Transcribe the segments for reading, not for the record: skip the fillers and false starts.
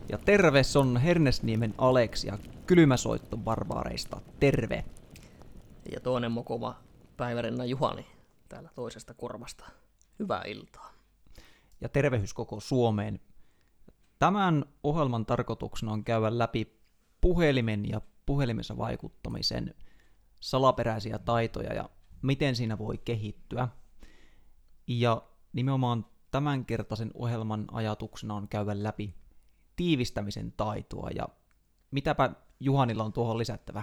Ja terve, se on Hernesniemen Aleksi ja Kylmäsoitto Barbaareista. Terve. Ja toinen mukava päivärinnan Juhani täällä toisesta korvasta. Hyvää iltaa. Ja tervehys koko Suomeen. Tämän ohjelman tarkoituksena on käydä läpi puhelimen ja puhelimessa vaikuttamisen salaperäisiä taitoja ja miten siinä voi kehittyä. Ja nimenomaan tämänkertaisen ohjelman ajatuksena on käydä läpi tiivistämisen taitoa. Ja mitäpä Juhanilla on tuohon lisättävää?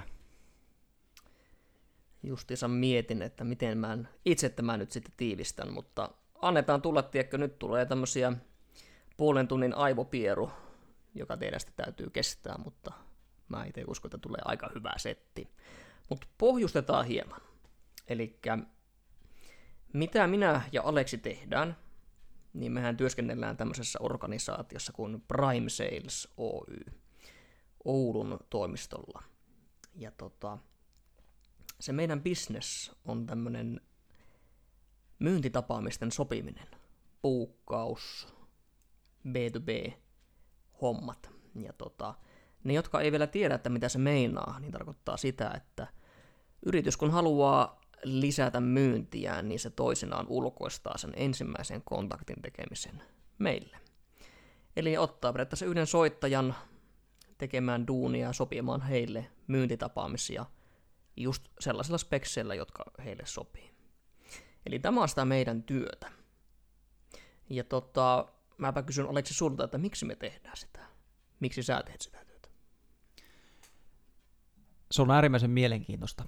Justiinsa mietin, että miten mä itse tämän nyt sitten tiivistän, mutta annetaan tulla, tiedätkö, nyt tulee tämmöisiä puolen tunnin aivopieru, joka teidän sitten täytyy kestää, mutta mä itse uskon, että tulee aika hyvä setti. Mutta pohjustetaan hieman. Eli mitä minä ja Aleksi tehdään, niin mehän työskennellään tämmöisessä organisaatiossa kuin Prime Sales Oy Oulun toimistolla. Ja se meidän business on tämmöinen myyntitapaamisten sopiminen, puukkaus, B2B-hommat. Ja ne, jotka ei vielä tiedä, että mitä se meinaa, niin tarkoittaa sitä, että yritys kun haluaa lisätä myyntiään, niin se toisinaan ulkoistaa sen ensimmäisen kontaktin tekemisen meille. Eli ottaa periaatteessa yhden soittajan tekemään duunia ja sopimaan heille myyntitapaamisia just sellaisilla spekseillä, jotka heille sopii. Eli tämä on sitä meidän työtä. Ja mäpä kysyn Aleksi sulta, että miksi me tehdään sitä? Miksi sä teet sitä työtä? Se on äärimmäisen mielenkiintoista.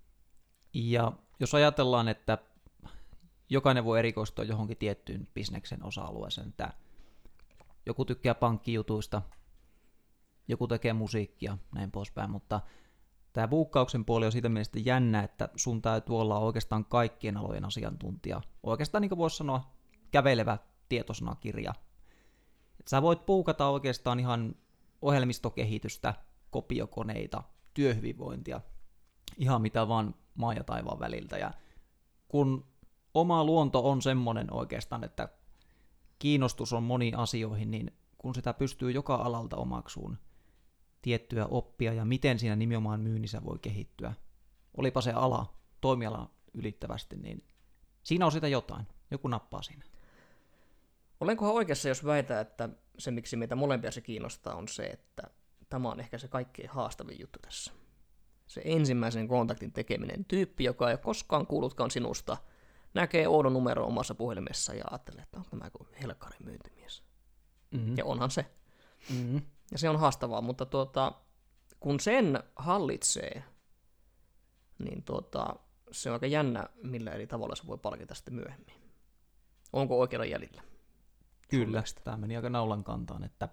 Ja jos ajatellaan, että jokainen voi erikoistua johonkin tiettyyn bisneksen osa-alueeseen, että joku tykkää pankkijutuista, joku tekee musiikkia, näin poispäin, mutta tämä buukkauksen puoli on siitä mielestä jännä, että sun täytyy olla oikeastaan kaikkien alojen asiantuntija. Oikeastaan niin kuin voisi sanoa kävelevä tietosanakirja. Et sä voit buukata oikeastaan ihan ohjelmistokehitystä, kopiokoneita, työhyvinvointia, ihan mitä vaan maan ja taivaan väliltä. Ja kun oma luonto on semmoinen oikeastaan, että kiinnostus on moniin asioihin, niin kun sitä pystyy joka alalta omaksuun tiettyä oppia ja miten siinä nimenomaan myynnissä voi kehittyä, olipa se ala, toimiala ylittävästi, niin siinä on sitä jotain. Joku nappaa siinä. Olenkohan oikeassa, jos väitän, että se miksi meitä molempia se kiinnostaa on se, että tämä on ehkä se kaikkein haastavin juttu tässä. Se ensimmäisen kontaktin tekeminen. Tyyppi, joka ei ole koskaan kuullutkaan sinusta, näkee oudon numeron omassa puhelimessa ja ajattelee, että onko tämä joku helkkarin myyntimies. Mm-hmm. Ja onhan se. Mm-hmm. Ja se on haastavaa, mutta kun sen hallitsee, niin se on aika jännä, millä eri tavalla se voi palkita sitten myöhemmin. Onko oikealla jäljellä? Kyllä, tämä meni aika naulan kantaan, että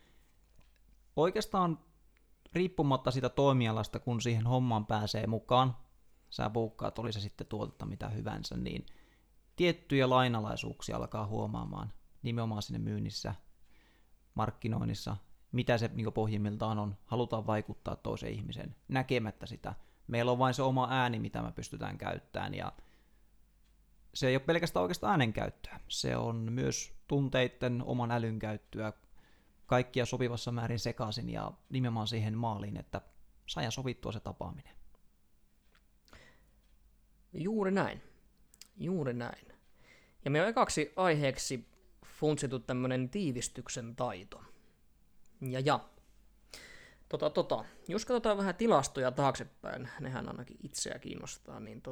oikeastaan riippumatta siitä toimialasta, kun siihen hommaan pääsee mukaan, sä buukkaat, oli se sitten tuotetta mitä hyvänsä, niin tiettyjä lainalaisuuksia alkaa huomaamaan nimenomaan sinne myynnissä, markkinoinnissa, mitä se niin pohjimmiltaan on, halutaan vaikuttaa toiseen ihmiseen näkemättä sitä. Meillä on vain se oma ääni, mitä me pystytään käyttämään, ja se ei ole pelkästään oikeastaan äänen käyttöä, se on myös tunteiden, oman älyn käyttöä, kaikkia sopivassa määrin sekaisin ja nimenomaan siihen maaliin, että saa sovittua se tapaaminen. Juuri näin. Juuri näin. Ja me on ekaksi aiheeksi funtsittu tämmöinen tiivistyksen taito. Jos katsotaan vähän tilastoja taaksepäin, nehän ainakin itseä kiinnostaa, niin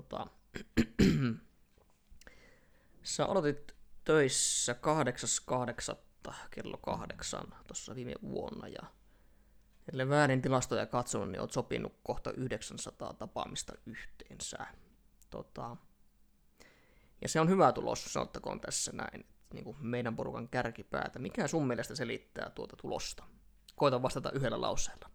sä aloitit töissä 8.8. kello 8 tuossa viime vuonna, ja ellei väärin tilastoja katsonut, niin oot sopinut kohta 900 tapaamista yhteensä. Ja se on hyvä tulos, sanottakoon tässä näin, niin kuin meidän porukan kärkipäätä. Mikä sun mielestä selittää tuota tulosta? Koita vastata yhdellä lauseella.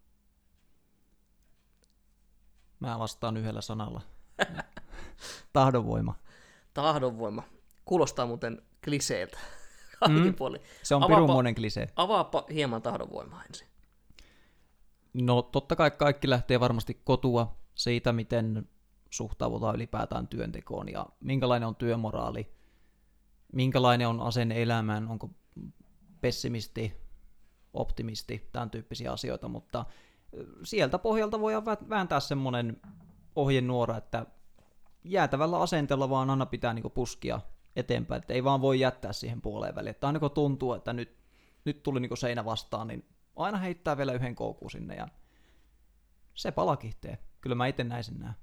Mä vastaan yhdellä sanalla. Tahdonvoima. Tahdonvoima. Kuulostaa muuten kliseeltä. Se on pirunmoinen klisee. Avaapa hieman tahdonvoimaa ensin. No totta kai kaikki lähtee varmasti kotua siitä, miten suhtaudutaan ylipäätään työntekoon ja minkälainen on työmoraali, minkälainen on asenne elämään, onko pessimisti, optimisti, tämän tyyppisiä asioita, mutta sieltä pohjalta voidaan vääntää semmoinen ohjenuora, että jäätävällä asenteella vaan aina pitää niinku puskia eteenpäin, että ei vaan voi jättää siihen puoleen väliin, että aina kun tuntuu, että nyt tuli niinku seinä vastaan, niin aina heittää vielä yhden koukun sinne ja se palakihtee. Kyllä mä itse näin sen näen.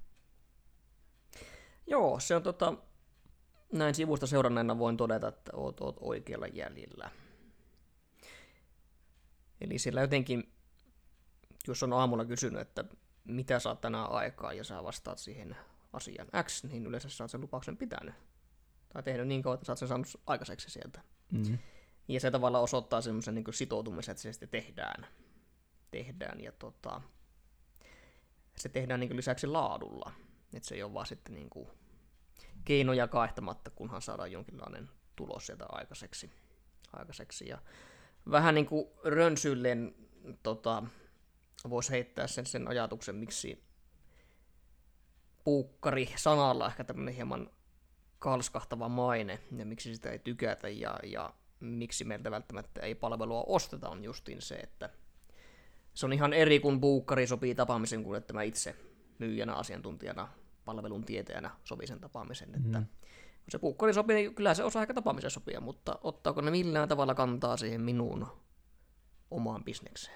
Joo, se on näin sivusta seuranneena voin todeta, että oot oikealla jäljellä. Eli siellä jotenkin, jos on aamulla kysynyt, että mitä saat tänään aikaa ja sä vastaat siihen asian X, niin yleensä sä oot sen lupauksen pitänyt. Tai tehnyt niin kauan, että sä oot sen saanut aikaiseksi sieltä. Mm-hmm. Ja se tavallaan osoittaa semmoisen niin sitoutumisen, että se sitten tehdään ja se tehdään niin lisäksi laadulla. Että se ei ole vaan sitten niin kuin keinoja kaihtamatta, kunhan saadaan jonkinlainen tulos sieltä aikaiseksi. Ja vähän niin kuin rönsyilleen voisi heittää sen ajatuksen, miksi puukkari sanalla ehkä tämmöinen hieman kalskahtava maine, ja miksi sitä ei tykätä, ja miksi meiltä välttämättä ei palvelua osteta, on justiin se, että se on ihan eri, kun puukkari sopii tapaamisen, kuin että mä itse myyjänä, asiantuntijana, palvelun tietäjänä sopii sen tapaamisen. Että kun se puukkari sopii, niin kyllä se osaa ehkä tapaamisen sopia, mutta ottaako ne millään tavalla kantaa siihen minun omaan bisnekseen.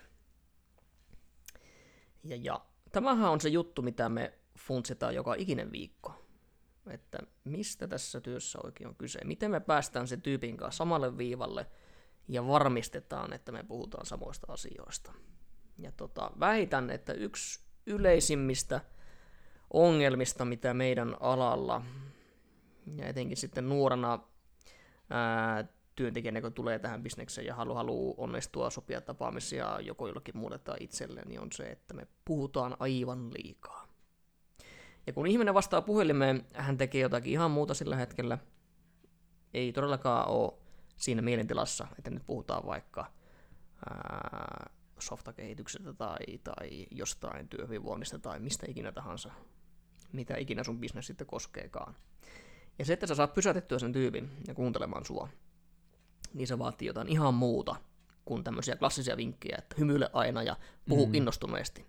Ja tämähän on se juttu, mitä me funtsitaan joka ikinen viikko. Että mistä tässä työssä oikein on kyse. Miten me päästään sen tyypin kanssa samalle viivalle ja varmistetaan, että me puhutaan samoista asioista. Ja väitän, että yksi yleisimmistä ongelmista, mitä meidän alalla, ja etenkin sitten nuorana työntekijänä, kun tulee tähän bisnekseen ja haluaa onnistua sopia tapaamisia joko jollakin muulle tai itselleen, niin on se, että me puhutaan aivan liikaa. Ja kun ihminen vastaa puhelimeen, hän tekee jotakin ihan muuta sillä hetkellä. Ei todellakaan ole siinä mielentilassa, että nyt puhutaan vaikka softakehityksestä tai jostain työhyvinvoinnista tai mistä ikinä tahansa, mitä ikinä sun business sitten koskeekaan. Ja se, että sä saat pysäytettyä sen tyypin ja kuuntelemaan sua, niin se vaatii jotain ihan muuta kuin tämmöisiä klassisia vinkkejä, että hymyile aina ja puhu innostuneesti.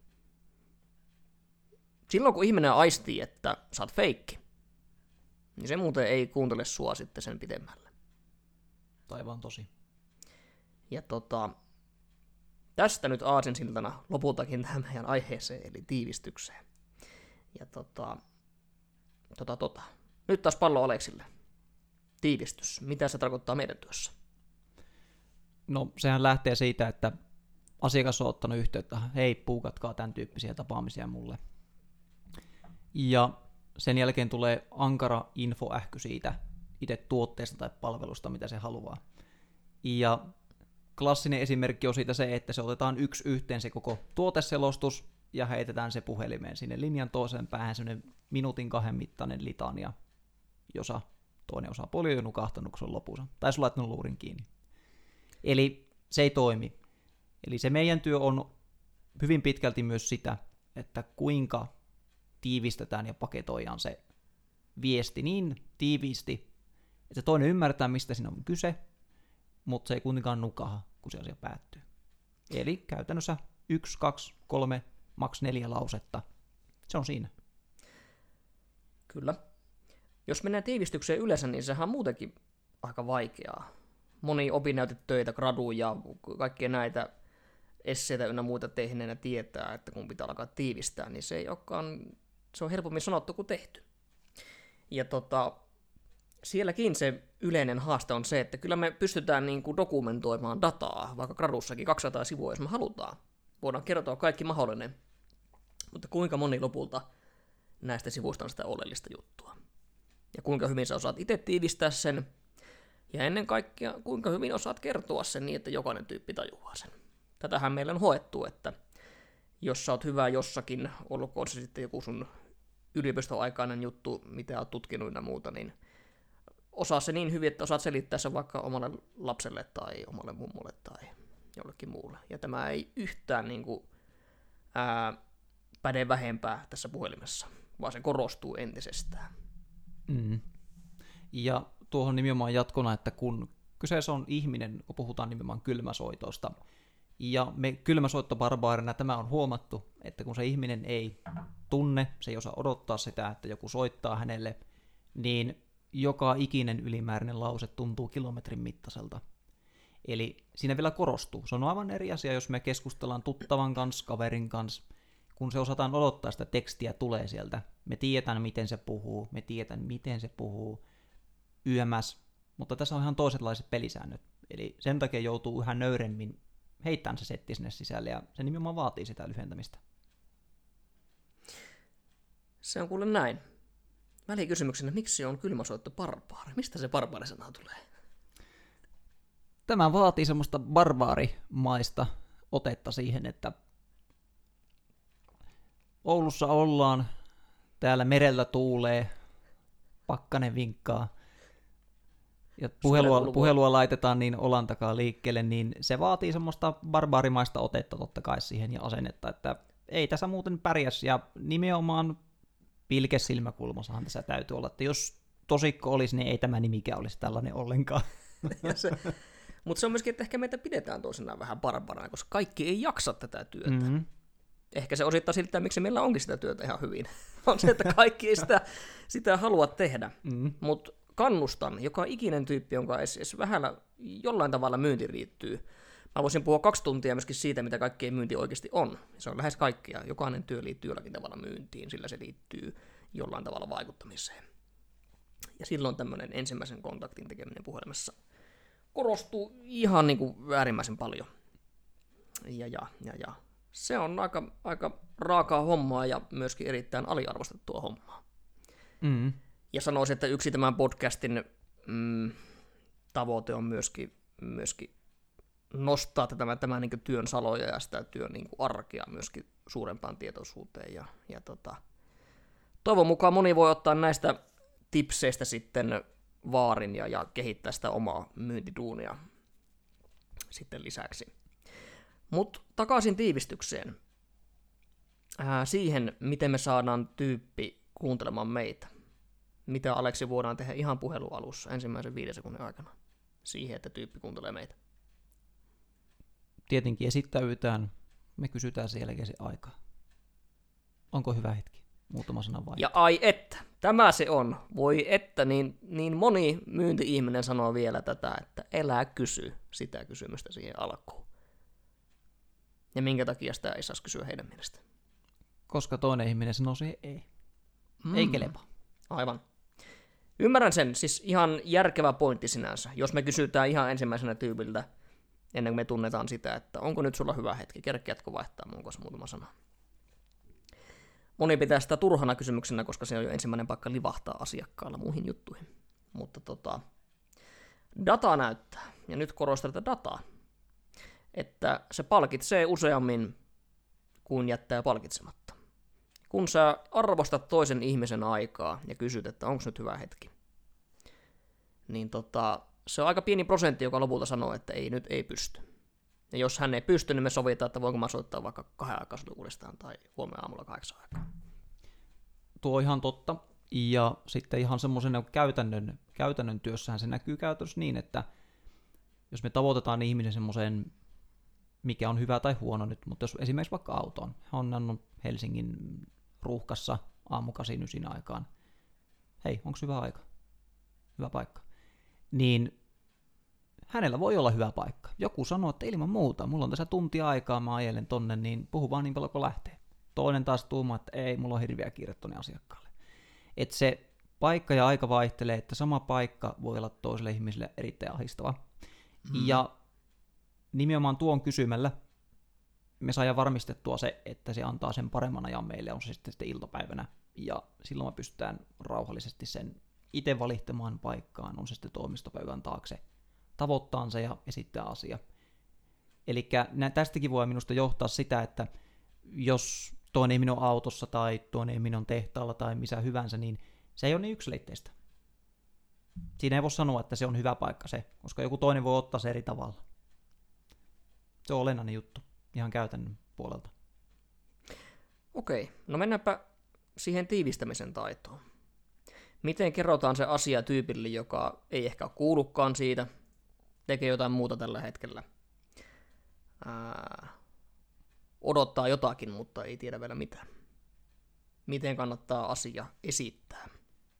Silloin kun ihminen aistii, että sä oot feikki, niin se muuten ei kuuntele sua sitten sen pidemmälle. Taivaan tosi. Ja tästä nyt aasinsiltana lopultakin tähän meidän aiheeseen, eli tiivistykseen. Ja nyt taas pallo Aleksille. Tiivistys. Mitä se tarkoittaa meidän työssä? No, sehän lähtee siitä, että asiakas on ottanut yhteyttä, hei, puukatkaa tämän tyyppisiä tapaamisia mulle. Ja sen jälkeen tulee ankara infoähky siitä itse tuotteesta tai palvelusta, mitä se haluaa. Ja klassinen esimerkki on siitä se, että se otetaan yksi yhteen se koko tuoteselostus ja heitetään se puhelimeen sinne linjan toiseen päähän semmoinen minuutin 2 mittainen litania, jossa toinen osapuoli on jo nukahtanut, kun se on lopussa. Tai sulla laittanut luurin kiinni. Eli se ei toimi. Eli se meidän työ on hyvin pitkälti myös sitä, että kuinka tiivistetään ja paketoidaan se viesti niin tiiviisti, että toinen ymmärtää, mistä siinä on kyse, mutta se ei kuitenkaan nukaha, kun se asia päättyy. Eli käytännössä 1, 2, 3, maks 4 lausetta. Se on siinä. Kyllä. Jos mennään tiivistykseen yleensä, niin sehän on muutenkin aika vaikeaa. Moni opinnäytetöitä, gradu ja kaikkia näitä esseitä ynnä muita tehneenä tietää, että kun pitää alkaa tiivistää, niin se ei olekaan, se on helpommin sanottu kuin tehty. Ja sielläkin se yleinen haaste on se, että kyllä me pystytään niin kuin dokumentoimaan dataa, vaikka gradussakin 200 sivua, jos me halutaan. Voidaan kertoa kaikki mahdollinen, mutta kuinka moni lopulta näistä sivuista on sitä oleellista juttua. Ja kuinka hyvin sä osaat itse tiivistää sen, ja ennen kaikkea kuinka hyvin osaat kertoa sen niin, että jokainen tyyppi tajuaa sen. Tätähän meillä on hoettu, että jos sä oot hyvä jossakin, olkoon se sitten joku sun yliopistoaikainen juttu, mitä oot tutkinut ja muuta, niin osaa se niin hyvin, että osaat selittää sen vaikka omalle lapselle tai omalle mummolle tai jollekin muulle. Ja tämä ei yhtään niin kuin, päde vähempää tässä puhelimessa, vaan se korostuu entisestään. Mm. Ja tuohon nimenomaan jatkona, että kun kyseessä on ihminen, kun puhutaan nimenomaan kylmäsoitosta, Ja me kylmäsoittobarbaarina tämä on huomattu, että kun se ihminen ei tunne, se ei osaa odottaa sitä, että joku soittaa hänelle, niin joka ikinen ylimääräinen lause tuntuu kilometrin mittaiselta. Eli siinä vielä korostuu. Se on aivan eri asia, jos me keskustellaan tuttavan kanssa, kaverin kanssa, kun se osataan odottaa sitä tekstiä tulee sieltä. Me tiedetään, miten se puhuu, me tiedetään, miten se puhuu, YMS, mutta tässä on ihan toisenlaiset pelisäännöt. Eli sen takia joutuu yhä nöyremmin heittämään se setti sinne sisälle, ja se nimenomaan vaatii sitä lyhentämistä. Se on kuule näin. Välikysymyksenä, miksi on kylmäsoitto barbaari? Mistä se barbaarisana tulee? Tämä vaatii semmoista barbaarimaista otetta siihen, että Oulussa ollaan, täällä merellä tuulee, pakkanen vinkkaa, ja puhelua laitetaan niin olan takaa liikkeelle, niin se vaatii semmoista barbaarimaista otetta totta kai siihen ja asennetta, että ei tässä muuten pärjäs, ja nimenomaan pilkesilmäkulmassahan tässä täytyy olla, että jos tosikko olisi, niin ei tämä nimikään olisi tällainen ollenkaan. Mutta se on myöskin, että ehkä meitä pidetään toisenaan vähän barbarana, koska kaikki ei jaksa tätä työtä. Mm-hmm. Ehkä se osittaa siltä, miksi meillä onkin sitä työtä ihan hyvin. On se, että kaikki ei sitä halua tehdä. Mm-hmm. Mutta kannustan, joka ikinen tyyppi, jonka edes vähän jollain tavalla myynti liittyy. Mä voisin puhua 2 tuntia myöskin siitä, mitä kaikkea myynti oikeasti on. Se on lähes kaikkia. Jokainen työ liittyy jollakin tavalla myyntiin, sillä se liittyy jollain tavalla vaikuttamiseen. Ja silloin tämmöinen ensimmäisen kontaktin tekeminen puhelimessa korostuu ihan niin kuin äärimmäisen paljon. Ja. Se on aika raakaa hommaa ja myöskin erittäin aliarvostettua hommaa. Mm. Ja sanoisin, että yksi tämän podcastin tavoite on myöskin nostaa tämän niin kuin työn saloja ja sitä työn niin kuin arkea myöskin suurempaan tietoisuuteen. Ja toivon mukaan moni voi ottaa näistä tipseistä sitten vaarin ja kehittää sitä omaa myyntiduunia sitten lisäksi. Mutta takaisin tiivistykseen. Siihen, miten me saadaan tyyppi kuuntelemaan meitä. Mitä, Aleksi, voidaan tehdä ihan puhelualussa ensimmäisen 5 sekunnin aikana siihen, että tyyppi kuuntelee meitä. Tietenkin esittäydytään, me kysytään sen jälkeen se aika. Onko hyvä hetki? Muutama sana vai? Ja ai että, tämä se on. Voi että, niin moni myynti-ihminen sanoo vielä tätä, että elää kysy sitä kysymystä siihen alkuun. Ja minkä takia sitä ei saisi kysyä heidän mielestään? Koska toinen ihminen sanoo siihen ei. Ei kelpaa. Aivan. Ymmärrän sen, siis ihan järkevä pointti sinänsä. Jos me kysytään ihan ensimmäisenä tyypiltä, ennen kuin me tunnetaan sitä, että onko nyt sulla hyvä hetki, kerkeätkö vaihtaa mun kanssa muutama sana. Moni pitää sitä turhana kysymyksenä, koska se on jo ensimmäinen paikka livahtaa asiakkaalla muihin juttuihin. Mutta data näyttää, ja nyt korostan tätä dataa, että se palkitsee useammin kuin jättää palkitsematta. Kun sä arvostat toisen ihmisen aikaa ja kysyt, että onko nyt hyvä hetki, niin se on aika pieni prosentti, joka lopulta sanoo, että ei, nyt ei pysty. Ja jos hän ei pysty, niin me sovitaan, että voinko mä soittaa vaikka 2 aikaa uudestaan tai huomenna aamulla 8 aikaa. Tuo on ihan totta. Ja sitten ihan semmoisena käytännön työssähän se näkyy käytännössä niin, että jos me tavoitetaan ihmisen semmoiseen, mikä on hyvä tai huono nyt, mutta jos esimerkiksi vaikka autoon, hän on Helsingin ruuhkassa aamu 8-9 aikaan, hei, onko hyvä aika? Hyvä paikka. Niin hänellä voi olla hyvä paikka. Joku sanoo, että ilman muuta, mulla on tässä tuntia aikaa, mä ajelen tonne, niin puhu vaan niin paljon kuin lähtee. Toinen taas tuumaa, että ei, mulla on hirveä kiire tonne asiakkaalle. Että se paikka ja aika vaihtelee, että sama paikka voi olla toiselle ihmiselle erittäin ahistava. Ja nimenomaan tuon kysymällä me saadaan varmistettua se, että se antaa sen paremman ajan meille, on se sitten iltapäivänä. Ja silloin me pystytään rauhallisesti sen itse valittamaan paikkaan, on se sitten toimistopöydän taakse, tavoittaa se ja esittää asia. Eli tästäkin voi minusta johtaa sitä, että jos toinen ihminen on autossa tai toinen ihminen on tehtaalla tai missä hyvänsä, niin se ei ole niin yksiselitteistä. Siinä ei voi sanoa, että se on hyvä paikka se, koska joku toinen voi ottaa se eri tavalla. Se on olennainen juttu ihan käytännön puolelta. Okei, no mennäänpä siihen tiivistämisen taitoon. Miten kerrotaan se asia tyypille, joka ei ehkä kuulukaan siitä, tekee jotain muuta tällä hetkellä. odottaa jotakin, mutta ei tiedä vielä mitä. Miten kannattaa asia esittää?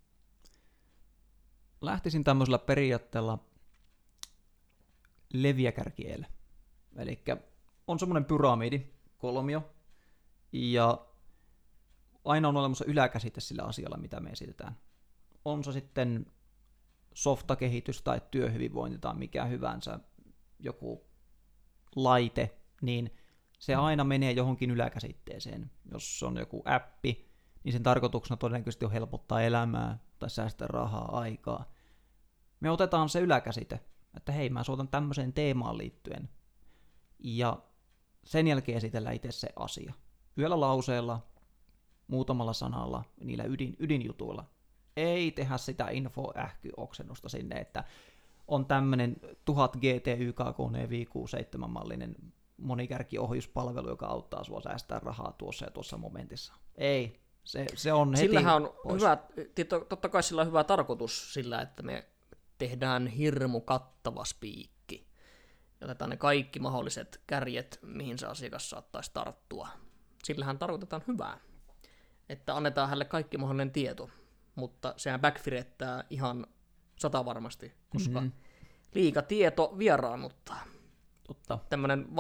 Lähtisin tämmöisellä periaatteella leviäkärkielle. Eli on semmoinen pyramidi, kolmio, ja aina on olemassa yläkäsite sillä asialla, mitä me esitetään. On se sitten softakehitys tai työhyvinvointi tai mikä hyvänsä joku laite, niin se aina menee johonkin yläkäsitteeseen. Jos on joku appi, niin sen tarkoituksena todennäköisesti on helpottaa elämää tai säästää rahaa, aikaa. Me otetaan se yläkäsite, että hei, mä soitan tämmöiseen teemaan liittyen. Ja sen jälkeen esitellään itse se asia. Yhdellä lauseella, muutamalla sanalla, niillä ydinjutuilla. Ei tehdä sitä info-ähky-oksennusta sinne, että on tämmöinen 1000 GT YKKN V67-mallinen monikärkiohjuspalvelu, joka auttaa sua säästää rahaa tuossa ja tuossa momentissa. Ei, se on heti Sillähän on pois. hyvä, totta kai sillä on hyvä tarkoitus sillä, että me tehdään hirmu kattava spiikki. Otetaan ne kaikki mahdolliset kärjet, mihin se asiakas saattaisi tarttua. Sillähän tarkoitetaan hyvää, että annetaan hänelle kaikki mahdollinen tieto, mutta sehän backfirettää ihan satavarmasti, koska liika tieto vieraannuttaa. Totta. Tämmöinen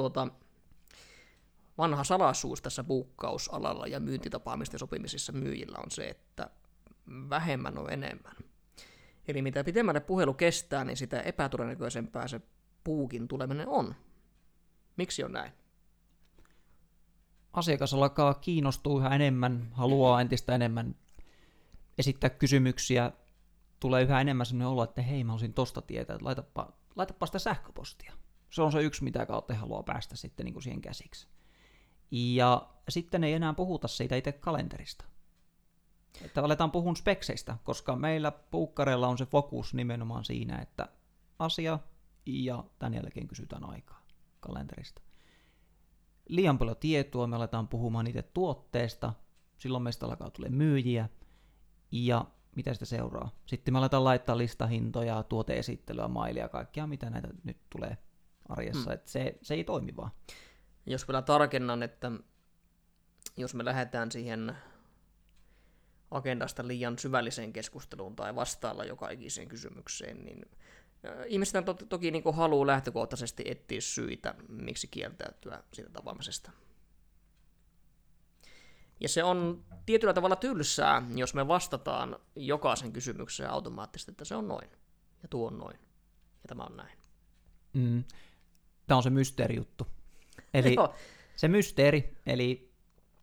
vanha salaisuus tässä buukkausalalla ja myyntitapaamisten sopimisissa myyjillä on se, että vähemmän on enemmän. Eli mitä pitemmälle puhelu kestää, niin sitä epätodennäköisempää se puukin tuleminen on. Miksi on näin? Asiakas alkaa kiinnostua yhä enemmän, haluaa entistä enemmän esittää kysymyksiä, tulee yhä enemmän sellainen olo, että hei, mä haluaisin tosta tietää, että laitapa sitä sähköpostia. Se on se yksi, mitä kautta he haluaa päästä sitten niin kuin siihen käsiksi. Ja sitten ei enää puhuta siitä itse kalenterista. Että aletaan puhua spekseistä, koska meillä puukkareilla on se fokus nimenomaan siinä, että asia ja tämän jälkeen kysytään aikaa kalenterista. Liian paljon tietoa, me aletaan puhumaan itse tuotteesta, silloin meistä alkaa tulla myyjiä, ja mitä sitä seuraa? Sitten me aletaan laittaa listahintoja, tuoteesittelyä, mailia, kaikkia mitä näitä nyt tulee arjessa, että se ei toimi vaan. Jos vielä tarkennan, että jos me lähdetään siihen agendasta liian syvälliseen keskusteluun tai vastailla joka ikiseen kysymykseen, niin ihmiset toki niin kuin haluaa lähtökohtaisesti etsiä syitä, miksi kieltäytyä siitä tapaamisesta. Ja se on tietyllä tavalla tylsää, jos me vastataan jokaisen kysymykseen automaattisesti, että se on noin, ja tuo on noin, ja tämä on näin. Tämä on se mysteerijuttu. Eli se mysteeri, eli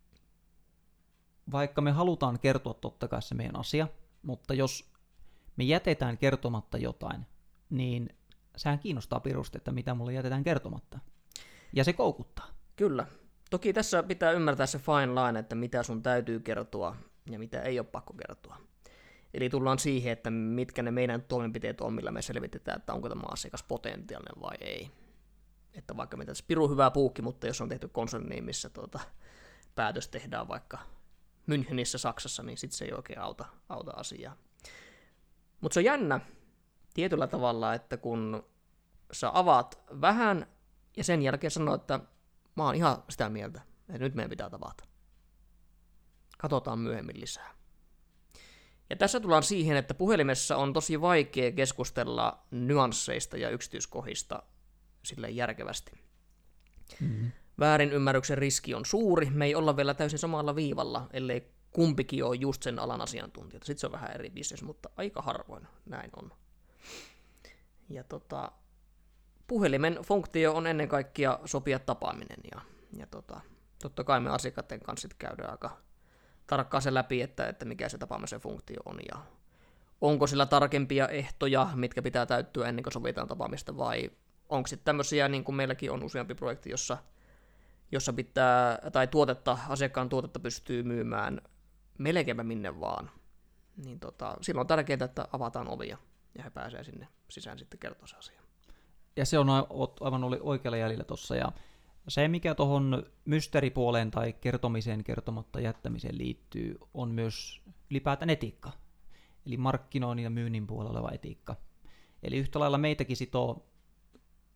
vaikka me halutaan kertoa totta kai se meidän asia, mutta jos me jätetään kertomatta jotain, niin sehän kiinnostaa pirusti, että mitä mulle jätetään kertomatta. Ja se koukuttaa. Kyllä. Toki tässä pitää ymmärtää se fine line, että mitä sun täytyy kertoa ja mitä ei ole pakko kertoa. Eli tullaan siihen, että mitkä ne meidän toimenpiteet on, millä me selvitetään, että onko tämä asiakas potentiaalinen vai ei. Että vaikka me tässä pirun hyvää puukki, mutta jos on tehty konserniin, missä päätös tehdään vaikka Münchenissä Saksassa, niin sitten se ei oikein auta asiaa. Mutta se on jännä tietyllä tavalla, että kun sä avaat vähän ja sen jälkeen sanoo, että mä oon ihan sitä mieltä, että nyt meidän pitää tavata. Katsotaan myöhemmin lisää. Ja tässä tullaan siihen, että puhelimessa on tosi vaikea keskustella nyansseista ja yksityiskohdista silleen järkevästi. Väärinymmärryksen riski on suuri. Me ei olla vielä täysin samalla viivalla, ellei kumpikin ole just sen alan asiantuntijat. Sitten se on vähän eri bisnes, mutta aika harvoin näin on. Ja puhelimen funktio on ennen kaikkea sopia tapaaminen. Ja totta kai me asiakkaiden kanssa käydään aika tarkkaan se läpi, että mikä se tapaamisen funktio on ja onko sillä tarkempia ehtoja, mitkä pitää täyttyä ennen kuin sovitaan tapaamista, vai onko sitten tämmöisiä, niin kuin meilläkin on useampi projekti, jossa pitää, tai asiakkaan tuotetta pystyy myymään melkeinpä minne vaan, niin silloin on tärkeää, että avataan ovia ja he pääsevät sinne sisään sitten kertoa se asia. Ja se on aivan oikealla jäljellä tuossa, ja se, mikä tuohon mysteeripuoleen tai kertomiseen, kertomatta jättämiseen liittyy, on myös ylipäätään etiikka. Eli markkinoinnin ja myynnin puolella oleva etiikka. Eli yhtä lailla meitäkin sitoo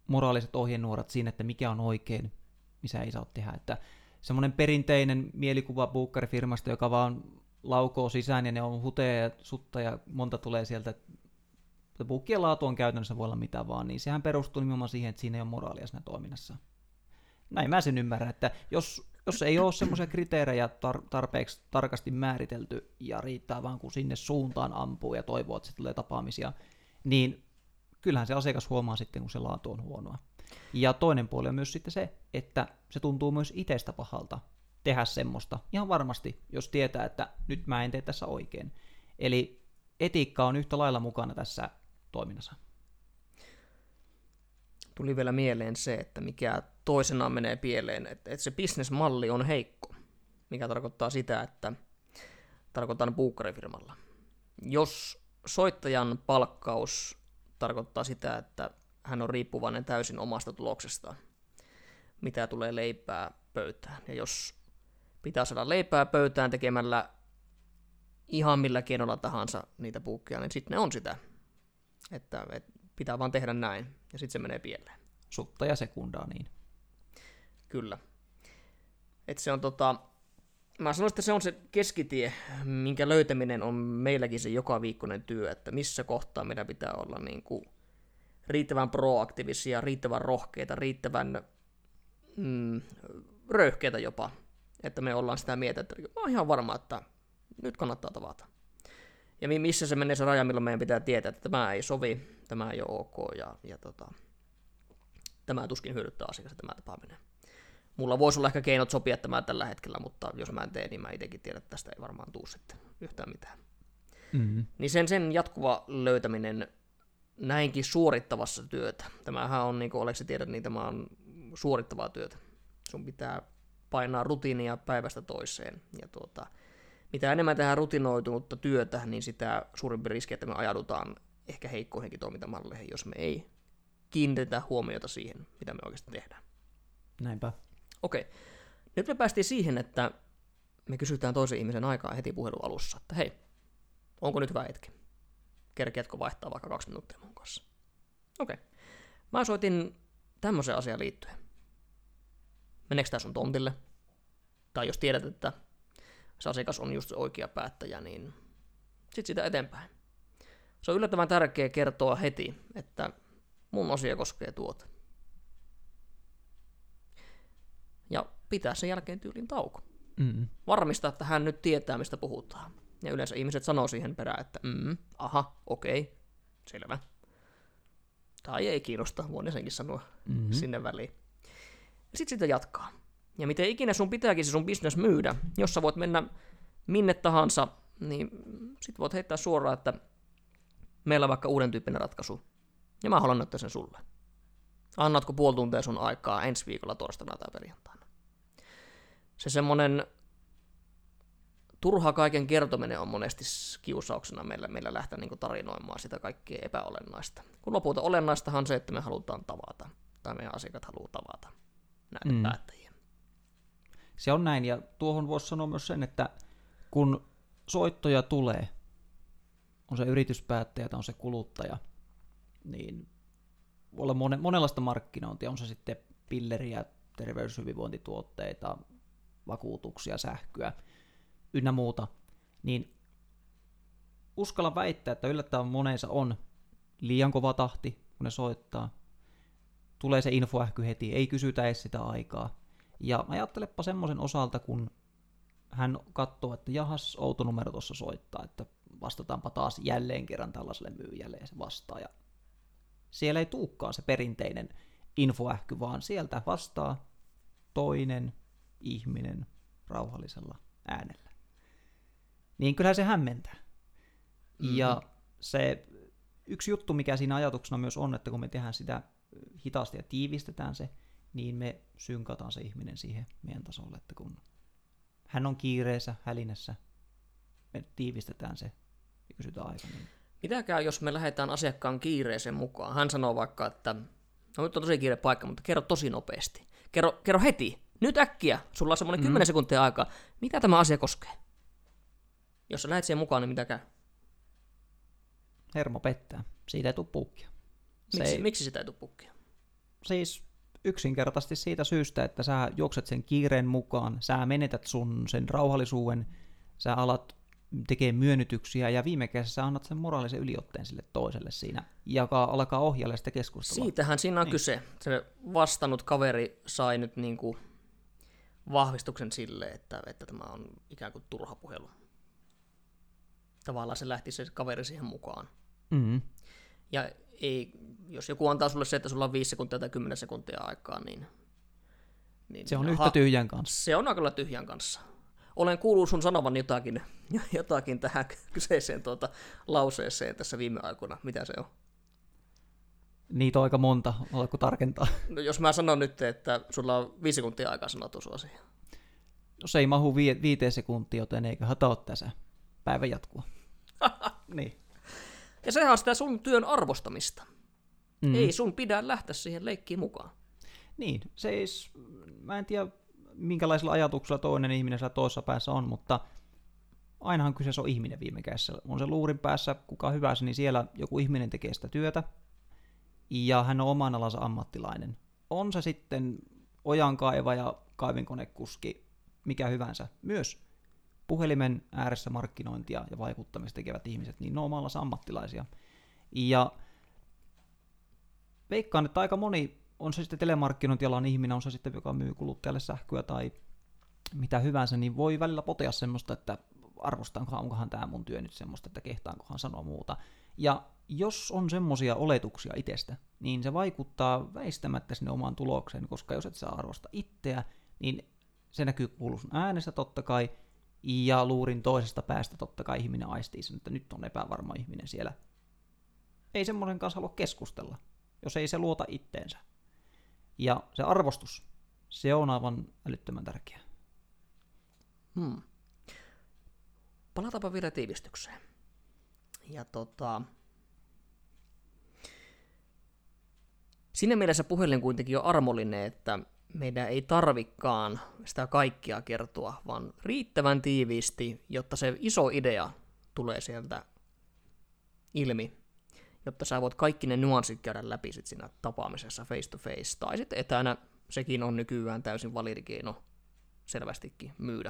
moraaliset ohjenuorat siinä, että mikä on oikein, missä ei saa tehdä. Että semmoinen perinteinen mielikuva buukkarifirmasta, joka vaan laukoo sisään ja ne on huteja ja sutta ja monta tulee sieltä, että buukkien laatu on käytännössä voi olla mitä vaan, niin sehän perustuu nimenomaan siihen, että siinä ei ole moraalia siinä toiminnassa. Näin mä sen ymmärrän, että jos ei ole semmoisia kriteerejä tarpeeksi tarkasti määritelty ja riittää vaan kun sinne suuntaan ampuu ja toivoo, että se tulee tapaamisia, niin kyllähän se asiakas huomaa sitten, kun se laatu on huonoa. Ja toinen puoli on myös sitten se, että se tuntuu myös itsestä pahalta tehdä semmoista. Ihan varmasti, jos tietää, että nyt mä en tee tässä oikein. Eli etiikka on yhtä lailla mukana tässä toiminnassa. Tuli vielä mieleen se, että mikä toisenaan menee pieleen, että se bisnesmalli on heikko, mikä tarkoittaa sitä, että tarkoitan buukkarifirmalla. Jos soittajan palkkaus tarkoittaa sitä, että hän on riippuvainen täysin omasta tuloksestaan, mitä tulee leipää pöytään. Ja jos pitää saada leipää pöytään tekemällä ihan millä keinolla tahansa niitä buukkia, niin sitten ne on sitä. Että pitää vaan tehdä näin, ja sitten se menee pieleen. Sutta ja sekundaa, niin. Kyllä. Että se on mä sanoisin, että se on se keskitie, minkä löytäminen on meilläkin se joka viikkoinen työ, että missä kohtaa meidän pitää olla niin kuin riittävän proaktiivisia, riittävän rohkeita, riittävän röyhkeitä jopa, että me ollaan sitä mieltä, että mä oon ihan varma, että nyt kannattaa tavata. Ja missä se menee se raja, milloin meidän pitää tietää, että tämä ei sovi, tämä ei ole ok, ja tämä tuskin hyödyttää asiakasta tämä tapaaminen. Mulla voisi olla ehkä keinot sopia tämä tällä hetkellä, mutta jos mä en tee, niin mä itsekin tiedän, että tästä ei varmaan tule sitten yhtään mitään. Mm-hmm. Niin sen jatkuva löytäminen näinkin suorittavassa työtä. Tämähän on, niin kuin Aleksi tiedät, niin tämä on suorittavaa työtä. Sun pitää painaa rutiinia päivästä toiseen. Ja mitä enemmän tehdään rutinoitunutta työtä, niin sitä suurempi riski, että me ajaudutaan ehkä heikkoihinkin toimintamalleihin, jos me ei kiinnitetä huomiota siihen, mitä me oikeasti tehdään. Näinpä. Okei. Nyt me päästiin siihen, että me kysytään toisen ihmisen aikaa heti puhelun alussa, että hei, onko nyt hyvä hetki? Kerkeätkö vaihtaa vaikka 2 minuuttia mun kanssa? Okei. Mä soitin tämmöiseen asiaan liittyen. Meneekö tää sun tontille? Tai jos tiedät, että se asiakas on just se oikea päättäjä, niin sit sitä eteenpäin. Se on yllättävän tärkeää kertoa heti, että mun asia koskee tuota. Ja pitää sen jälkeen tyylin tauko. Mm-hmm. Varmistaa, että hän nyt tietää, mistä puhutaan. Ja yleensä ihmiset sanoo siihen perään, että aha, okei, selvä. Tai ei kiinnosta, voin senkin sanoa sinne väliin. Ja sit sitä jatkaa. Ja miten ikinä sun pitääkin se sun business myydä, jos sä voit mennä minne tahansa, niin sit voit heittää suoraan, että meillä on vaikka uuden tyyppinen ratkaisu. Ja mä haluan näyttää sen sulle. Annatko puoli tuntia sun aikaa ensi viikolla torstaina tai perjantaina? Se semmonen turha kaiken kertominen on monesti kiusauksena meillä lähteä niin tarinoimaan sitä kaikkea epäolennaista. Kun lopulta olennaistahan on se, että me halutaan tavata, tai meidän asiakkaat haluaa tavata näitä päättäjiä. Se on näin, ja tuohon voisi sanoa myös sen, että kun soittoja tulee, on se yrityspäättäjä tai on se kuluttaja, niin voi olla monenlaista markkinointia, on se sitten pilleriä, terveyshyvinvointituotteita, vakuutuksia, sähköä, ynnä muuta, niin uskalla väittää, että yllättävän moneensa on liian kova tahti, kun ne soittaa. Tulee se infoähky heti, ei kysytä edes sitä aikaa. Ja ajattelepa semmoisen osalta, kun hän katsoo, että jahas, outo numero tuossa soittaa, että vastataanpa taas jälleen kerran tällaiselle myyjälle, ja se vastaa. Ja siellä ei tulekaan se perinteinen infoähky, vaan sieltä vastaa toinen ihminen rauhallisella äänellä. Niin kyllähän se hämmentää. Mm-hmm. Ja se yksi juttu, mikä siinä ajatuksena myös on, että kun me tehdään sitä hitaasti ja tiivistetään se, niin me synkataan se ihminen siihen meidän tasolle, että kun hän on kiireessä, hälinässä, me tiivistetään se ja kysytään aika. Niin. Mitä käy, jos me lähdetään asiakkaan kiireeseen mukaan? Hän sanoo vaikka, että no nyt on tosi kiire paikka, mutta kerro tosi nopeasti. Kerro heti, nyt äkkiä, sulla on semmoinen 10 sekuntia aikaa. Mitä tämä asia koskee? Jos sä lähdet siihen mukaan, niin mitä käy? Hermo pettää. Siitä ei tule puukkia. Miksi sitä ei tule puukkia? siis yksinkertaisesti siitä syystä, että sä juokset sen kiireen mukaan, sä menetät sen rauhallisuuden, sä alat tekee myönnytyksiä ja viime kädessä annat sen moraalisen yliotteen sille toiselle siinä, joka alkaa ohjailla sitä keskustelua. Siitähän siinä on kyse. Se vastannut kaveri sai nyt niinku vahvistuksen sille, että tämä on ikään kuin turha puhelu. Tavallaan se lähti se kaveri siihen mukaan. Mm-hmm. Ja jos joku antaa sulle se, että sulla on 5 sekuntia tai 10 sekuntia aikaa, niin se on yhtä tyhjän kanssa. Se on kyllä tyhjän kanssa. Olen kuullut sun sanovan jotakin tähän kyseiseen lauseeseen tässä viime aikoina. Mitä se on? Niitä on aika monta, oletko tarkentaa? No, jos mä sanon nyt, että sulla on 5 sekuntia aikaa sanoa tuossa asia. No se ei mahu 5 sekuntia, joten eiköhän tämä ole tässä päivän jatkua. Niin. Ja sehän on sitä sun työn arvostamista. Ei sun pidä lähteä siihen leikkiin mukaan. Niin, mä en tiedä minkälaisilla ajatuksilla toinen ihminen siellä toisessa päässä on, mutta ainahan kyseessä on ihminen viime kädessä. On se luurin päässä, kuka hyvänsä, niin siellä joku ihminen tekee sitä työtä, ja hän on oman alansa ammattilainen. On se sitten ojankaivaja, kaivinkonekuski, mikä hyvänsä. Myös puhelimen ääressä markkinointia ja vaikuttamista tekevät ihmiset, niin ne on oman alansa ammattilaisia. Ja veikkaan, että aika moni, on se sitten telemarkkinointialan ihminen, on se sitten, joka myy kuluttajalle sähköä tai mitä hyvänsä, niin voi välillä potea semmoista, että onkohan tämä mun työ nyt semmoista, että kehtaankohan sanoa muuta. Ja jos on semmoisia oletuksia itsestä, niin se vaikuttaa väistämättä sinne omaan tulokseen, koska jos et saa arvosta itseä, niin se näkyy kuuluu sun äänestä totta kai, ja luurin toisesta päästä totta kai ihminen aistii sen, että nyt on epävarma ihminen siellä. Ei semmoisen kanssa halua keskustella, jos ei se luota itteensä. Ja se arvostus, se on aivan älyttömän tärkeää. Palataanpa vielä tiivistykseen. Ja siinä mielessä puhelin kuitenkin on armollinen, että meidän ei tarvikaan sitä kaikkia kertoa, vaan riittävän tiiviisti, jotta se iso idea tulee sieltä ilmi, jotta sä voit kaikki ne nyanssit käydä läpi sit siinä tapaamisessa face to face, tai sitten etänä, sekin on nykyään täysin validi keino selvästikin myydä.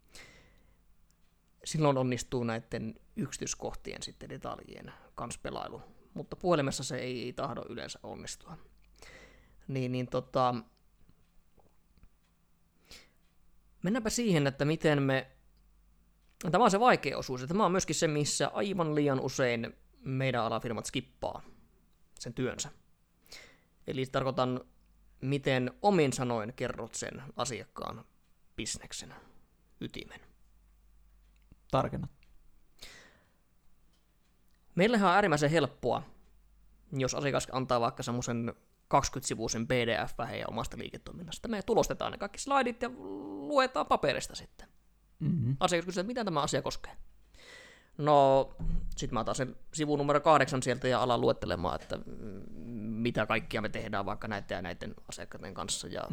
Silloin onnistuu näiden yksityiskohtien sitten detaljien kanssa pelailu, mutta puhelimessa se ei tahdo yleensä onnistua. Mennäänpä siihen, että miten tämä on se vaikea osuus, ja tämä on myöskin se, missä aivan liian usein meidän alafirmat skippaa sen työnsä. Eli tarkoitan, miten omin sanoin kerrot sen asiakkaan bisneksen ytimen. Tarkenna. Meillähän on äärimmäisen helppoa, jos asiakas antaa vaikka semmoisen 20-sivuisen PDF heidän omasta liiketoiminnasta. Me tulostetaan ne kaikki slaidit ja luetaan paperista sitten. Mm-hmm. Asiakas kysyy, että mitä tämä asia koskee. No, sitten mä otan sen sivun numero 8 sieltä ja alan luettelemaan, että mitä kaikkia me tehdään vaikka näiden ja näiden asiakkaiden kanssa. Ja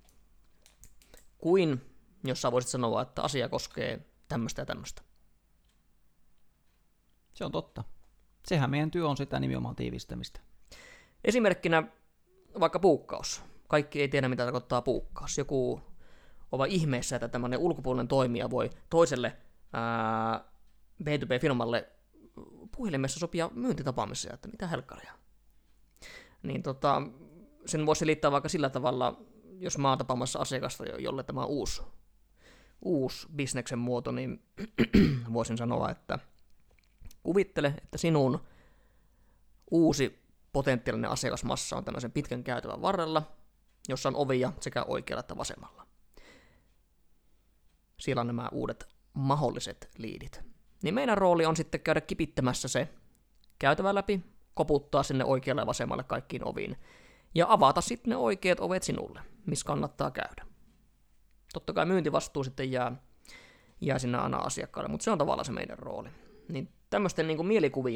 kuin jos sä voisit sanoa, että asia koskee tämmöistä ja tämmöistä. Se on totta. Sehän meidän työ on sitä nimenomaan tiivistämistä. Esimerkkinä vaikka puukkaus. Kaikki ei tiedä, mitä tarkoittaa puukkaus. Joku on vaan ihmeessä, että tämmöinen ulkopuolinen toimija voi toiselle B2B-firmalle puhelimessa sopia myyntitapaamisia, että mitä helkkaria. Niin sen voisi selittää vaikka sillä tavalla, jos mä oon tapaamassa asiakasta, jolle tämä on uusi bisneksen muoto, niin voisin sanoa, että kuvittele, että sinun uusi potentiaalinen asiakasmassa on tämmöisen pitkän käytävän varrella, jossa on ovia sekä oikealla että vasemmalla. Siellä on nämä uudet mahdolliset liidit. Niin meidän rooli on sitten käydä kipittämässä se käytävä läpi, koputtaa sinne oikealle ja vasemmalle kaikkiin oviin, ja avata sitten ne oikeat ovet sinulle, missä kannattaa käydä. Totta kai myyntivastuu sitten jää sinne aina asiakkaalle, mutta se on tavallaan se meidän rooli. Niin tämmöisten niin kuin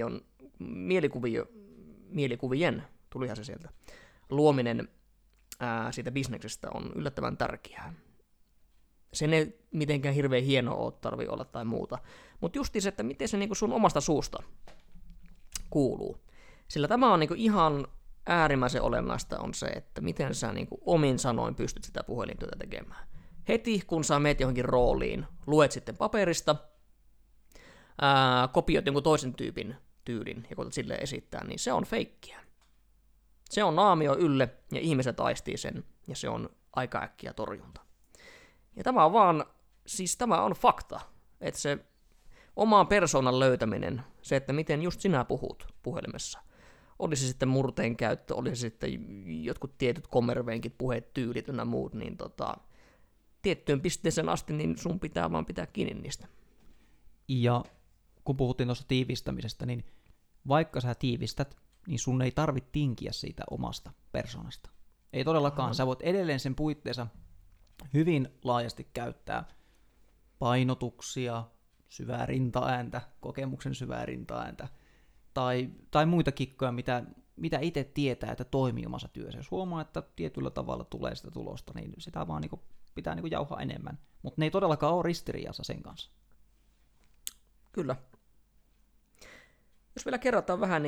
mielikuvien, tulihan se sieltä, luominen siitä bisneksestä on yllättävän tärkeää. Sen ei mitenkään hirveän hienoa ole, tarvii olla tai muuta. Mutta justi se, että miten se niinku sun omasta suusta kuuluu. Sillä tämä on niinku ihan äärimmäisen olennaista on se, että miten sä niin kuin omin sanoin pystyt sitä puhelintyötä tekemään. Heti kun sä meet johonkin rooliin, luet sitten paperista, kopioit jonkun toisen tyypin tyylin ja koetat silleen esittää, niin se on feikkiä. Se on naamio ylle ja ihmiset aistii sen ja se on aika äkkiä torjunta. Ja tämä on vaan, siis tämä on fakta, että se oman persoonan löytäminen, se, että miten just sinä puhut puhelimessa, olisi sitten murteen käyttö, olisi sitten jotkut tietyt kommervenkit, puheet, tyylit ynnä muut, niin tiettyyn pisteeseen asti, niin sun pitää vaan pitää kiinni niistä. Ja kun puhuttiin tuosta tiivistämisestä, niin vaikka sä tiivistät, niin sun ei tarvitse tinkiä siitä omasta persoonasta. Ei todellakaan. Sä voit edelleen sen puitteissa hyvin laajasti käyttää painotuksia, syvää rintaääntä, kokemuksen syvää rintaääntä, tai muita kikkoja, mitä itse tietää, että toimii omassa työssä. Jos huomaa, että tietyllä tavalla tulee sitä tulosta, niin sitä vaan pitää jauhaa enemmän. Mutta ne ei todellakaan ole ristiriidassa sen kanssa. Kyllä. Jos vielä kerrataan vähän,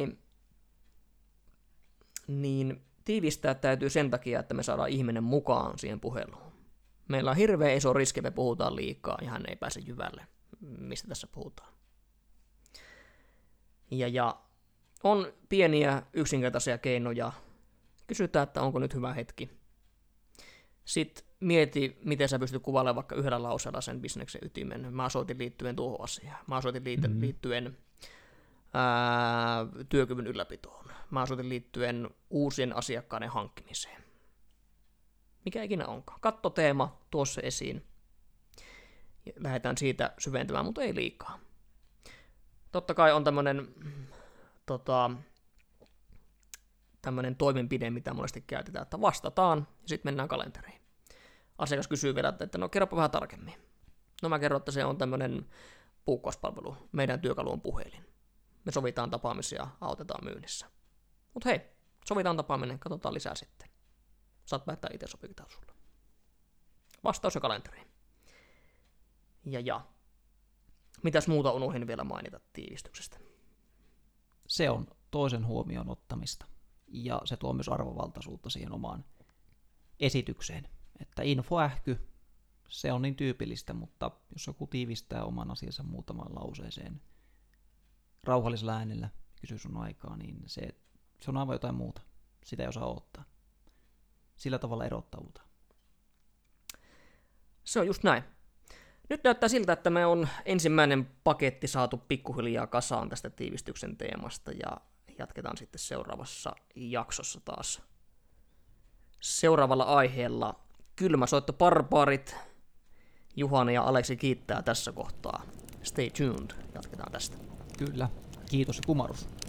niin tiivistää täytyy sen takia, että me saadaan ihminen mukaan siihen puheluun. Meillä on hirveän iso riski, me puhutaan liikaa ja hän ei pääse jyvälle, mistä tässä puhutaan. Ja on pieniä yksinkertaisia keinoja. Kysytään, että onko nyt hyvä hetki. Sitten mieti, miten sä pystyt kuvailemaan vaikka yhdellä lauseella sen bisneksen ytimen. Mä soitin liittyen tuohon asiaan. Mä soitin liittyen työkyvyn ylläpitoon. Mä soitin liittyen uusien asiakkaiden hankkimiseen. Mikä ikinä onkaan. Katto teema, tuo se esiin. Ja lähdetään siitä syventämään, mutta ei liikaa. Totta kai on tämmöinen toimenpide, mitä monesti käytetään, että vastataan ja sitten mennään kalenteriin. Asiakas kysyy vielä, että no kerropa vähän tarkemmin. No mä kerron, että se on tämmöinen puukkauspalvelu. Meidän työkalu on puhelin. Me sovitaan tapaamisia, autetaan myynnissä. Mutta hei, sovitaan tapaaminen, katsotaan lisää sitten. Saat päättää itse, sopitaan sulle. Vastaus ja kalenteriin. Ja. Mitäs muuta unohdin vielä mainita tiivistyksestä? Se on toisen huomioon ottamista. Ja se tuo myös arvovaltaisuutta siihen omaan esitykseen. Että infoähky, se on niin tyypillistä, mutta jos joku tiivistää oman asiansa muutaman lauseeseen rauhallisella äänellä, kysyy sun aikaa, niin se on aivan jotain muuta. Sitä ei osaa odottaa. Sillä tavalla erottavuutaan. Se on just näin. Nyt näyttää siltä, että me on ensimmäinen paketti saatu pikkuhiljaa kasaan tästä tiivistyksen teemasta ja jatketaan sitten seuraavassa jaksossa taas seuraavalla aiheella. Kylmäsoittobarbaarit. Juhani ja Aleksi kiittää tässä kohtaa. Stay tuned. Jatketaan tästä. Kyllä. Kiitos ja kumarus.